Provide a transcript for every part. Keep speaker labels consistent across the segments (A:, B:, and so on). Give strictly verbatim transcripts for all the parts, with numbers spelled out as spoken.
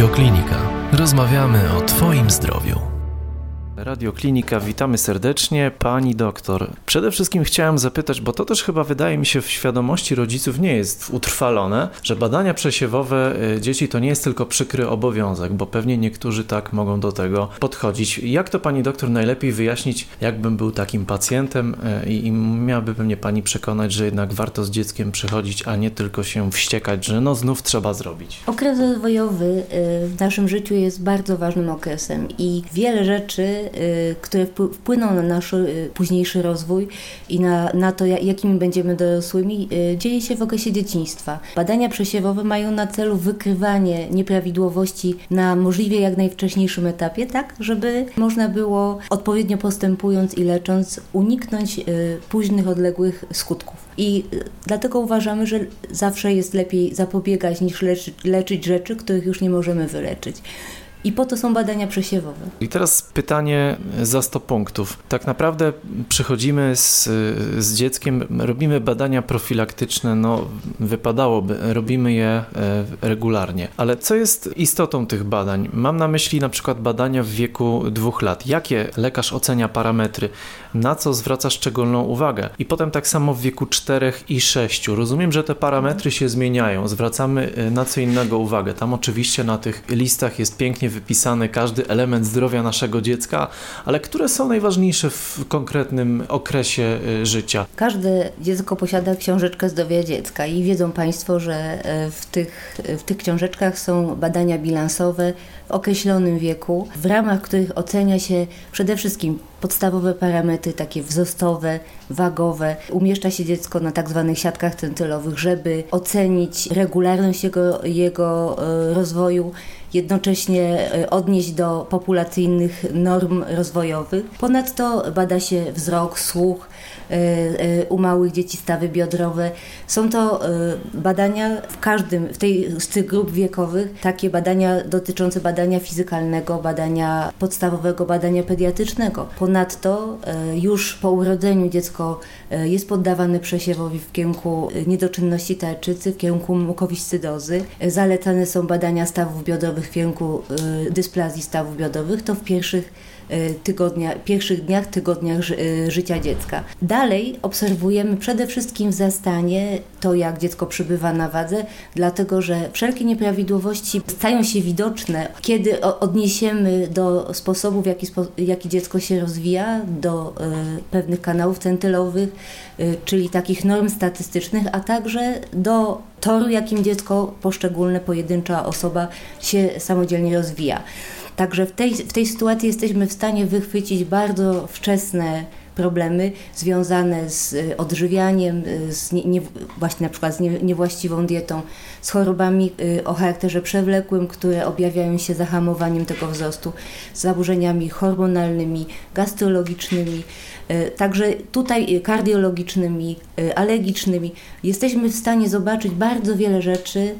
A: Radioklinika. Rozmawiamy o Twoim zdrowiu.
B: Radioklinika, witamy serdecznie. Pani doktor, przede wszystkim chciałem zapytać, bo to też chyba wydaje mi się w świadomości rodziców nie jest utrwalone, że badania przesiewowe dzieci to nie jest tylko przykry obowiązek, bo pewnie niektórzy tak mogą do tego podchodzić. Jak to pani doktor najlepiej wyjaśnić, jakbym był takim pacjentem i, i miałaby mnie pani przekonać, że jednak warto z dzieckiem przychodzić, a nie tylko się wściekać, że no znów trzeba zrobić.
C: Okres rozwojowy w naszym życiu jest bardzo ważnym okresem i wiele rzeczy, które wpłyną na nasz późniejszy rozwój i na, na to, jakimi będziemy dorosłymi, dzieje się w okresie dzieciństwa. Badania przesiewowe mają na celu wykrywanie nieprawidłowości na możliwie jak najwcześniejszym etapie, tak, żeby można było odpowiednio postępując i lecząc uniknąć późnych, odległych skutków. I dlatego uważamy, że zawsze jest lepiej zapobiegać niż leczy, leczyć rzeczy, których już nie możemy wyleczyć. I po to są badania przesiewowe. I
B: teraz pytanie za sto punktów. Tak naprawdę przychodzimy z, z dzieckiem, robimy badania profilaktyczne, no wypadałoby, robimy je regularnie. Ale co jest istotą tych badań? Mam na myśli na przykład badania w wieku dwóch lat. Jakie lekarz ocenia parametry? Na co zwraca szczególną uwagę? I potem tak samo w wieku czterech i sześciu. Rozumiem, że te parametry się zmieniają. Zwracamy na co innego uwagę. Tam oczywiście na tych listach jest pięknie wypisany każdy element zdrowia naszego dziecka, ale które są najważniejsze w konkretnym okresie życia?
C: Każde dziecko posiada książeczkę zdrowia dziecka i wiedzą Państwo, że w tych, w tych książeczkach są badania bilansowe w określonym wieku, w ramach których ocenia się przede wszystkim podstawowe parametry, takie wzrostowe, wagowe. Umieszcza się dziecko na tak zwanych siatkach centylowych, żeby ocenić regularność jego, jego rozwoju, jednocześnie odnieść do populacyjnych norm rozwojowych. Ponadto bada się wzrok, słuch, u małych dzieci stawy biodrowe. Są to badania w każdym, w tej z tych grup wiekowych, takie badania dotyczące badania fizykalnego, badania podstawowego, badania pediatrycznego. Ponadto już po urodzeniu dziecko jest poddawane przesiewowi w kierunku niedoczynności tarczycy, w kierunku mukowiscydozy. Zalecane są badania stawów biodrowych w kierunku dysplazji stawów biodrowych. To w pierwszych tygodniach, pierwszych dniach, tygodniach ży, życia dziecka. Dalej obserwujemy przede wszystkim w zastanie to, jak dziecko przybywa na wadze, dlatego że wszelkie nieprawidłowości stają się widoczne, kiedy odniesiemy do sposobu, w jaki, spo, jaki dziecko się rozwija, do y, pewnych kanałów centylowych, y, czyli takich norm statystycznych, a także do toru, jakim dziecko, poszczególne, pojedyncza osoba się samodzielnie rozwija. Także w tej, w tej sytuacji jesteśmy w stanie wychwycić bardzo wczesne problemy związane z odżywianiem, z nie, nie, właśnie na przykład z nie, niewłaściwą dietą, z chorobami o charakterze przewlekłym, które objawiają się zahamowaniem tego wzrostu, z zaburzeniami hormonalnymi, gastrologicznymi, także tutaj kardiologicznymi, alergicznymi. Jesteśmy w stanie zobaczyć bardzo wiele rzeczy,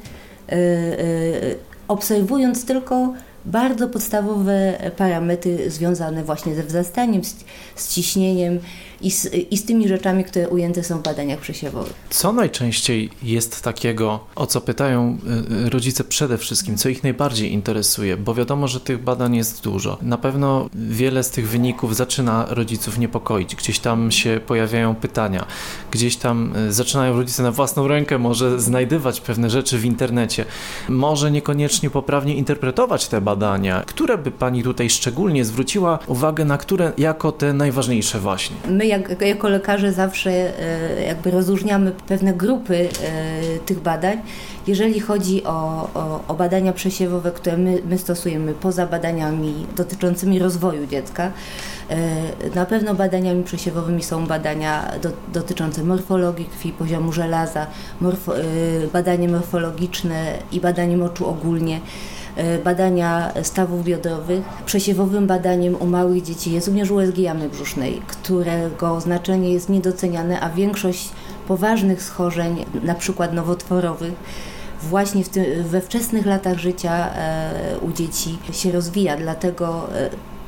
C: obserwując tylko bardzo podstawowe parametry związane właśnie ze wzrastaniem, z, z ciśnieniem i z, i z tymi rzeczami, które ujęte są w badaniach przesiewowych.
B: Co najczęściej jest takiego, o co pytają rodzice przede wszystkim, co ich najbardziej interesuje? Bo wiadomo, że tych badań jest dużo. Na pewno wiele z tych wyników zaczyna rodziców niepokoić. Gdzieś tam się pojawiają pytania. Gdzieś tam zaczynają rodzice na własną rękę może znajdywać pewne rzeczy w internecie. Może niekoniecznie poprawnie interpretować te badania. Które by pani tutaj szczególnie zwróciła uwagę, na które jako te najważniejsze właśnie?
C: My jak, jako lekarze zawsze e, jakby rozróżniamy pewne grupy e, tych badań. Jeżeli chodzi o, o, o badania przesiewowe, które my, my stosujemy poza badaniami dotyczącymi rozwoju dziecka, e, na pewno badaniami przesiewowymi są badania do, dotyczące morfologii krwi, poziomu żelaza, morfo, e, badanie morfologiczne i badanie moczu ogólnie. Badania stawów biodrowych. Przesiewowym badaniem u małych dzieci jest również U S G jamy brzusznej, którego znaczenie jest niedoceniane, a większość poważnych schorzeń, na przykład nowotworowych, właśnie w tym, we wczesnych latach życia e, u dzieci się rozwija, dlatego e,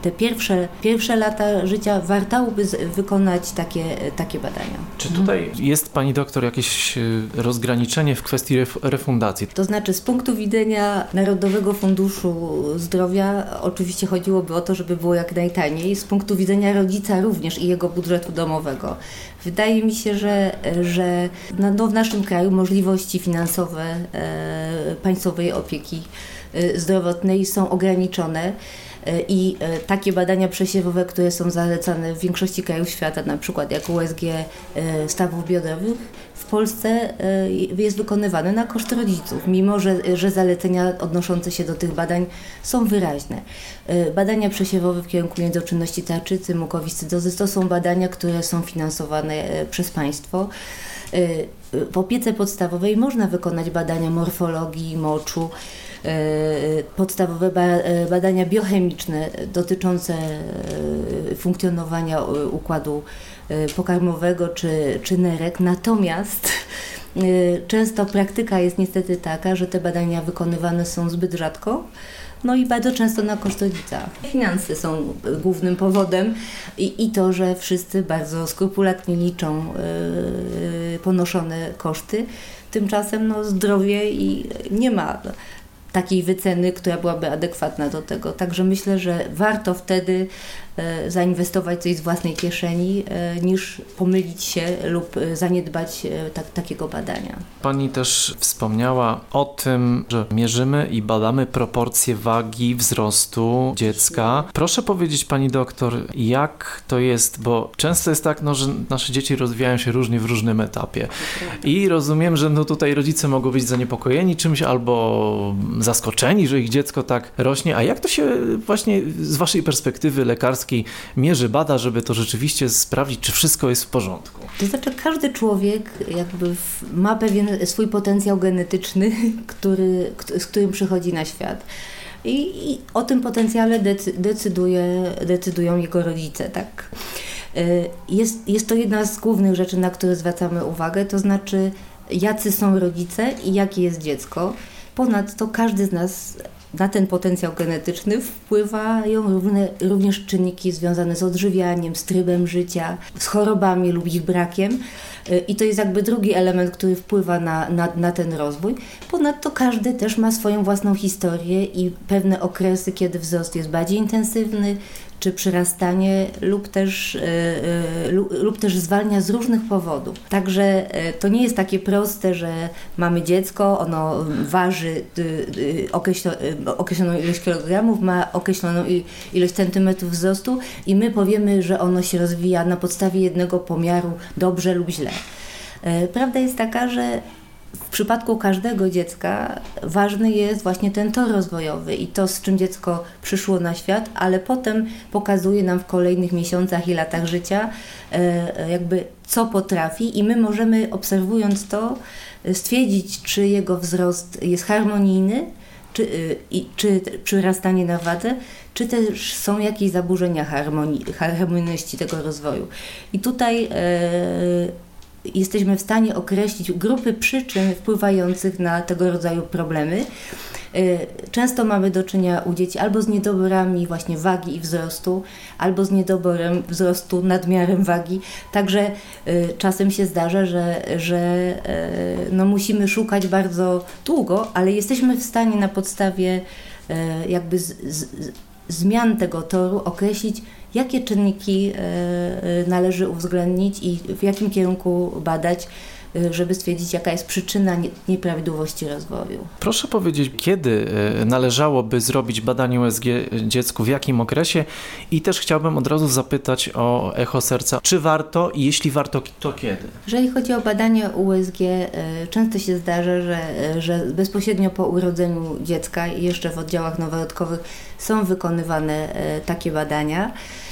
C: te pierwsze, pierwsze lata życia wartałoby wykonać takie, takie badania.
B: Czy tutaj mhm. jest pani doktor jakieś rozgraniczenie w kwestii ref- refundacji?
C: To znaczy z punktu widzenia Narodowego Funduszu Zdrowia oczywiście chodziłoby o to, żeby było jak najtaniej. Z punktu widzenia rodzica również i jego budżetu domowego. Wydaje mi się, że, że no w naszym kraju możliwości finansowe e, państwowej opieki e, zdrowotnej są ograniczone. I takie badania przesiewowe, które są zalecane w większości krajów świata, na przykład jak U S G stawów biodrowych, w Polsce jest wykonywane na koszt rodziców, mimo że, że zalecenia odnoszące się do tych badań są wyraźne. Badania przesiewowe w kierunku niedoczynności tarczycy, mukowiscydozy to są badania, które są finansowane przez państwo. W opiece podstawowej można wykonać badania morfologii moczu, podstawowe badania biochemiczne dotyczące funkcjonowania układu pokarmowego czy, czy nerek. Natomiast często praktyka jest niestety taka, że te badania wykonywane są zbyt rzadko. No i bardzo często na koszt rodzica. Finanse są głównym powodem i, i to, że wszyscy bardzo skrupulatnie liczą yy, ponoszone koszty. Tymczasem no, zdrowie i nie ma takiej wyceny, która byłaby adekwatna do tego. Także myślę, że warto wtedy e, zainwestować coś z własnej kieszeni, e, niż pomylić się lub zaniedbać e, tak, takiego badania.
B: Pani też wspomniała o tym, że mierzymy i badamy proporcje wagi wzrostu dziecka. Proszę powiedzieć, pani doktor, jak to jest, bo często jest tak, no, że nasze dzieci rozwijają się różnie w różnym etapie. I rozumiem, że no, tutaj rodzice mogą być zaniepokojeni czymś albo zaskoczeni, że ich dziecko tak rośnie. A jak to się właśnie z waszej perspektywy lekarskiej mierzy, bada, żeby to rzeczywiście sprawdzić, czy wszystko jest w porządku?
C: To znaczy każdy człowiek jakby ma pewien swój potencjał genetyczny, który, z którym przychodzi na świat. I, i o tym potencjale decyduje, decydują jego rodzice, tak? Jest, jest to jedna z głównych rzeczy, na które zwracamy uwagę, to znaczy jacy są rodzice i jakie jest dziecko. Ponadto każdy z nas na ten potencjał genetyczny wpływają równe, również czynniki związane z odżywianiem, z trybem życia, z chorobami lub ich brakiem. I to jest jakby drugi element, który wpływa na, na, na ten rozwój. Ponadto każdy też ma swoją własną historię i pewne okresy, kiedy wzrost jest bardziej intensywny, czy przyrastanie lub też, yy, lub, lub też zwalnia z różnych powodów. Także yy, to nie jest takie proste, że mamy dziecko, ono waży yy, yy, określo, yy, określoną ilość kilogramów, ma określoną ilość centymetrów wzrostu i my powiemy, że ono się rozwija na podstawie jednego pomiaru dobrze lub źle. Yy, prawda jest taka, że w przypadku każdego dziecka ważny jest właśnie ten tor rozwojowy i to, z czym dziecko przyszło na świat, ale potem pokazuje nam w kolejnych miesiącach i latach życia jakby co potrafi i my możemy, obserwując to, stwierdzić, czy jego wzrost jest harmonijny, czy, i, czy przyrastanie na wadze, czy też są jakieś zaburzenia harmonii, harmonijności tego rozwoju. I tutaj jesteśmy w stanie określić grupy przyczyn wpływających na tego rodzaju problemy. Często mamy do czynienia u dzieci albo z niedoborami właśnie wagi i wzrostu, albo z niedoborem wzrostu, nadmiarem wagi. Także czasem się zdarza, że, że no musimy szukać bardzo długo, ale jesteśmy w stanie na podstawie jakby z, z, zmian tego toru określić, jakie czynniki należy uwzględnić i w jakim kierunku badać, żeby stwierdzić, jaka jest przyczyna nieprawidłowości rozwoju.
B: Proszę powiedzieć, kiedy należałoby zrobić badanie U S G dziecku, w jakim okresie? I też chciałbym od razu zapytać o echo serca. Czy warto i jeśli warto, to kiedy?
C: Jeżeli chodzi o badanie U S G, często się zdarza, że, że bezpośrednio po urodzeniu dziecka i jeszcze w oddziałach noworodkowych są wykonywane takie badania.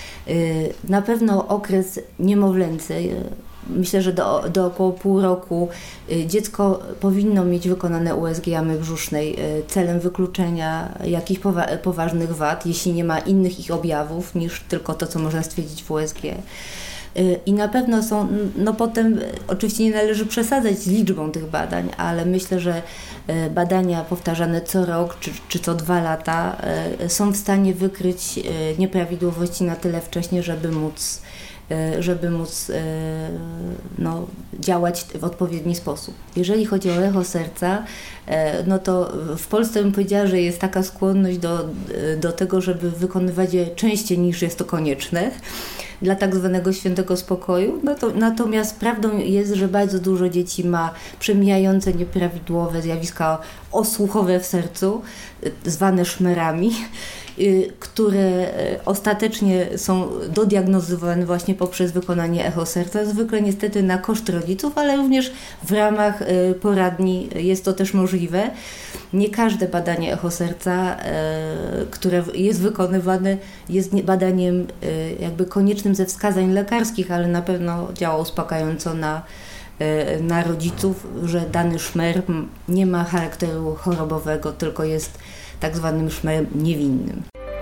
C: Na pewno okres niemowlęcy, myślę, że do, do około pół roku dziecko powinno mieć wykonane U S G jamy brzusznej celem wykluczenia jakichś powa- poważnych wad, jeśli nie ma innych ich objawów niż tylko to, co można stwierdzić w U S G. I na pewno są, no potem oczywiście nie należy przesadzać z liczbą tych badań, ale myślę, że badania powtarzane co rok czy, czy co dwa lata są w stanie wykryć nieprawidłowości na tyle wcześnie, żeby móc żeby móc no, działać w odpowiedni sposób. Jeżeli chodzi o echo serca, no to w Polsce bym powiedziała, że jest taka skłonność do, do tego, żeby wykonywać je częściej niż jest to konieczne dla tak zwanego świętego spokoju. No to, natomiast prawdą jest, że bardzo dużo dzieci ma przemijające nieprawidłowe zjawiska osłuchowe w sercu, zwane szmerami, które ostatecznie są dodiagnozowane właśnie poprzez wykonanie echo serca, zwykle niestety na koszt rodziców, ale również w ramach poradni jest to też możliwe. Nie każde badanie echo serca, które jest wykonywane, jest badaniem jakby koniecznym ze wskazań lekarskich, ale na pewno działa uspokajająco na na rodziców, że dany szmer nie ma charakteru chorobowego, tylko jest tak zwanym szmerem niewinnym.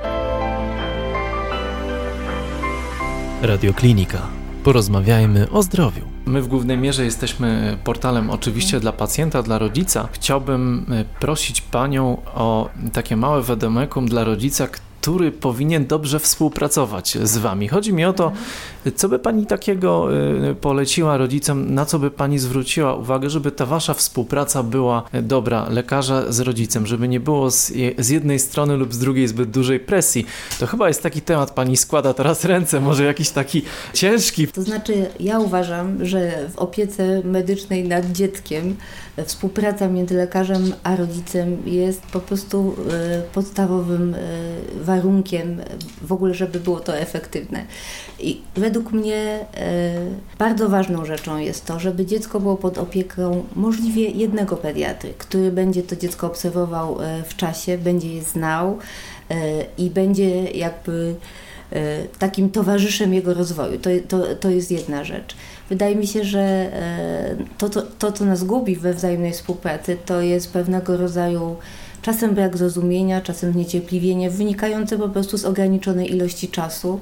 A: Radioklinika. Porozmawiajmy o zdrowiu.
B: My w głównej mierze jesteśmy portalem oczywiście dla pacjenta, dla rodzica. Chciałbym prosić Panią o takie małe wedemekum dla rodzica, który powinien dobrze współpracować z Wami. Chodzi mi o to, co by Pani takiego poleciła rodzicom, na co by Pani zwróciła uwagę, żeby ta Wasza współpraca była dobra, lekarza z rodzicem, żeby nie było z, z jednej strony lub z drugiej zbyt dużej presji. To chyba jest taki temat, Pani składa teraz ręce, może jakiś taki ciężki.
C: To znaczy, ja uważam, że w opiece medycznej nad dzieckiem współpraca między lekarzem a rodzicem jest po prostu podstawowym warunkiem w ogóle, żeby było to efektywne. I według mnie bardzo ważną rzeczą jest to, żeby dziecko było pod opieką możliwie jednego pediatry, który będzie to dziecko obserwował w czasie, będzie je znał i będzie jakby takim towarzyszem jego rozwoju. To, to, to jest jedna rzecz. Wydaje mi się, że to, to, to, co nas gubi we wzajemnej współpracy, to jest pewnego rodzaju czasem brak zrozumienia, czasem zniecierpliwienie, wynikające po prostu z ograniczonej ilości czasu.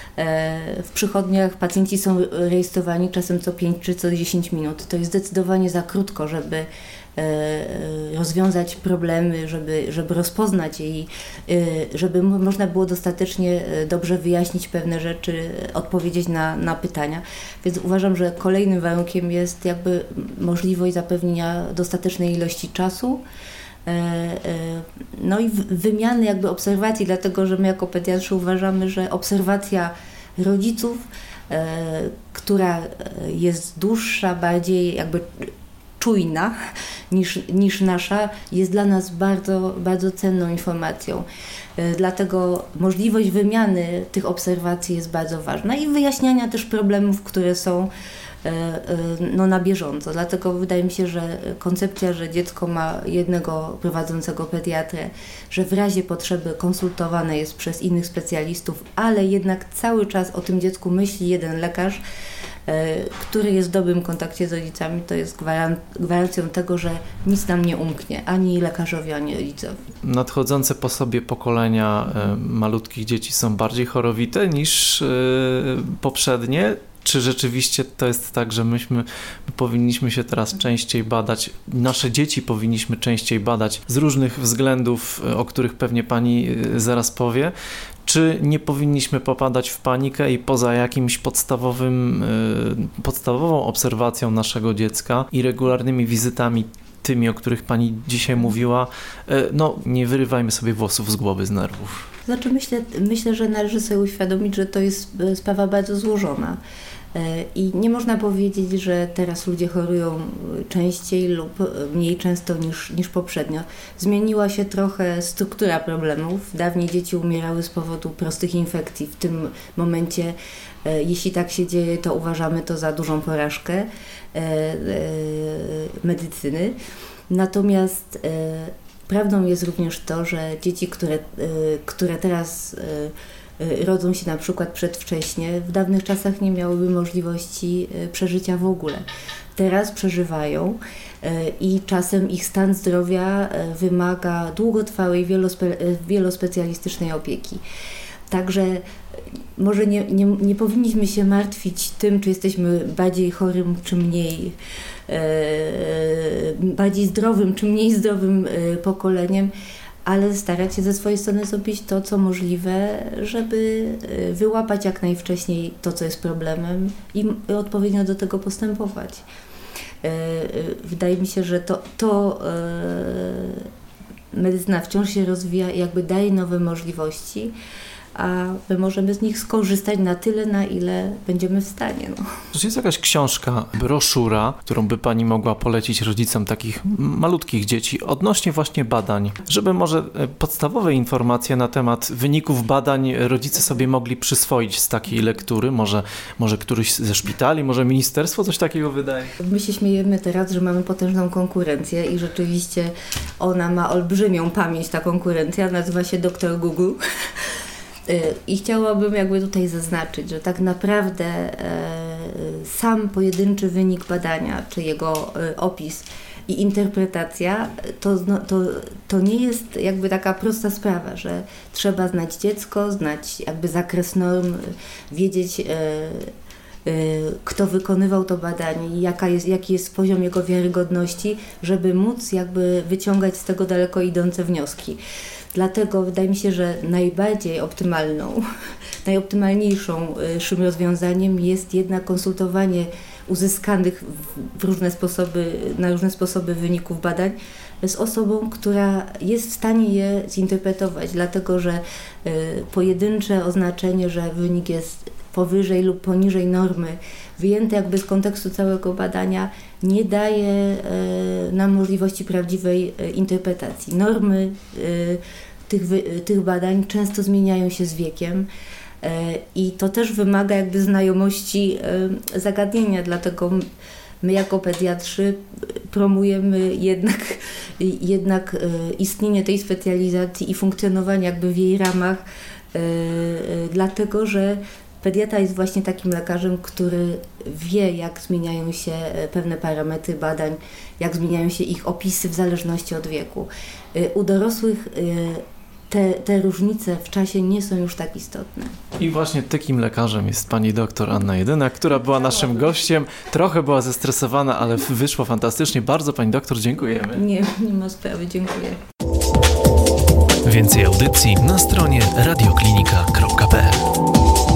C: W przychodniach pacjenci są rejestrowani czasem co pięć czy co dziesięć minut. To jest zdecydowanie za krótko, żeby rozwiązać problemy, żeby, żeby rozpoznać je i żeby można było dostatecznie dobrze wyjaśnić pewne rzeczy, odpowiedzieć na, na pytania. Więc uważam, że kolejnym warunkiem jest jakby możliwość zapewnienia dostatecznej ilości czasu, no i wymiany jakby obserwacji, dlatego że my jako pediatrzy uważamy, że obserwacja rodziców, która jest dłuższa, bardziej jakby czujna niż, niż nasza, jest dla nas bardzo, bardzo cenną informacją. Dlatego możliwość wymiany tych obserwacji jest bardzo ważna i wyjaśniania też problemów, które są no, na bieżąco. Dlatego wydaje mi się, że koncepcja, że dziecko ma jednego prowadzącego pediatrę, że w razie potrzeby konsultowane jest przez innych specjalistów, ale jednak cały czas o tym dziecku myśli jeden lekarz, który jest w dobrym kontakcie z rodzicami, to jest gwaran- gwarancją tego, że nic nam nie umknie, ani lekarzowi, ani rodzicowi.
B: Nadchodzące po sobie pokolenia malutkich dzieci są bardziej chorowite niż poprzednie. Czy rzeczywiście to jest tak, że myśmy my powinniśmy się teraz częściej badać, nasze dzieci powinniśmy częściej badać z różnych względów, o których pewnie Pani zaraz powie, czy nie powinniśmy popadać w panikę i poza jakimś podstawowym, podstawową obserwacją naszego dziecka i regularnymi wizytami tymi, o których Pani dzisiaj mówiła, no nie wyrywajmy sobie włosów z głowy, z nerwów.
C: Znaczy myślę, myślę, że należy sobie uświadomić, że to jest sprawa bardzo złożona. I nie można powiedzieć, że teraz ludzie chorują częściej lub mniej często niż, niż poprzednio. Zmieniła się trochę struktura problemów. Dawniej dzieci umierały z powodu prostych infekcji. W tym momencie, jeśli tak się dzieje, to uważamy to za dużą porażkę medycyny. Natomiast prawdą jest również to, że dzieci, które, które teraz rodzą się na przykład przedwcześnie, w dawnych czasach nie miałyby możliwości przeżycia w ogóle. Teraz przeżywają i czasem ich stan zdrowia wymaga długotrwałej, wielospe- wielospecjalistycznej opieki. Także może nie, nie, nie powinniśmy się martwić tym, czy jesteśmy bardziej chorym, czy mniej, bardziej zdrowym, czy mniej zdrowym pokoleniem, ale starać się ze swojej strony zrobić to, co możliwe, żeby wyłapać jak najwcześniej to, co jest problemem i odpowiednio do tego postępować. Wydaje mi się, że to, to medycyna wciąż się rozwija i jakby daje nowe możliwości, a my możemy z nich skorzystać na tyle, na ile będziemy w stanie. No.
B: Czy jest jakaś książka, broszura, którą by Pani mogła polecić rodzicom takich malutkich dzieci odnośnie właśnie badań, żeby może podstawowe informacje na temat wyników badań rodzice sobie mogli przyswoić z takiej lektury? Może, może któryś ze szpitali, może ministerstwo coś takiego wydaje?
C: My się śmiejemy teraz, że mamy potężną konkurencję i rzeczywiście ona ma olbrzymią pamięć, ta konkurencja, nazywa się doktor Google. I chciałabym jakby tutaj zaznaczyć, że tak naprawdę e, sam pojedynczy wynik badania, czy jego e, opis i interpretacja, to, no, to, to nie jest jakby taka prosta sprawa, że trzeba znać dziecko, znać jakby zakres norm, wiedzieć e, e, kto wykonywał to badanie i jaka jest, jaki jest poziom jego wiarygodności, żeby móc jakby wyciągać z tego daleko idące wnioski. Dlatego wydaje mi się, że najbardziej optymalną, najoptymalniejszą rozwiązaniem jest jednak konsultowanie uzyskanych w różne sposoby, na różne sposoby wyników badań z osobą, która jest w stanie je zinterpretować, dlatego że pojedyncze oznaczenie, że wynik jest powyżej lub poniżej normy, wyjęte jakby z kontekstu całego badania, nie daje nam możliwości prawdziwej interpretacji. Normy tych, tych badań często zmieniają się z wiekiem i to też wymaga jakby znajomości zagadnienia, dlatego my jako pediatrzy promujemy jednak, jednak istnienie tej specjalizacji i funkcjonowanie jakby w jej ramach, dlatego że pediatra jest właśnie takim lekarzem, który wie, jak zmieniają się pewne parametry badań, jak zmieniają się ich opisy w zależności od wieku. U dorosłych te, te różnice w czasie nie są już tak istotne.
B: I właśnie takim lekarzem jest pani doktor Anna Jedynak, która była naszym gościem. Trochę była zestresowana, ale wyszło fantastycznie. Bardzo pani doktor dziękujemy.
C: Nie, nie ma sprawy, dziękuję.
A: Więcej audycji na stronie radioklinika kropka p l.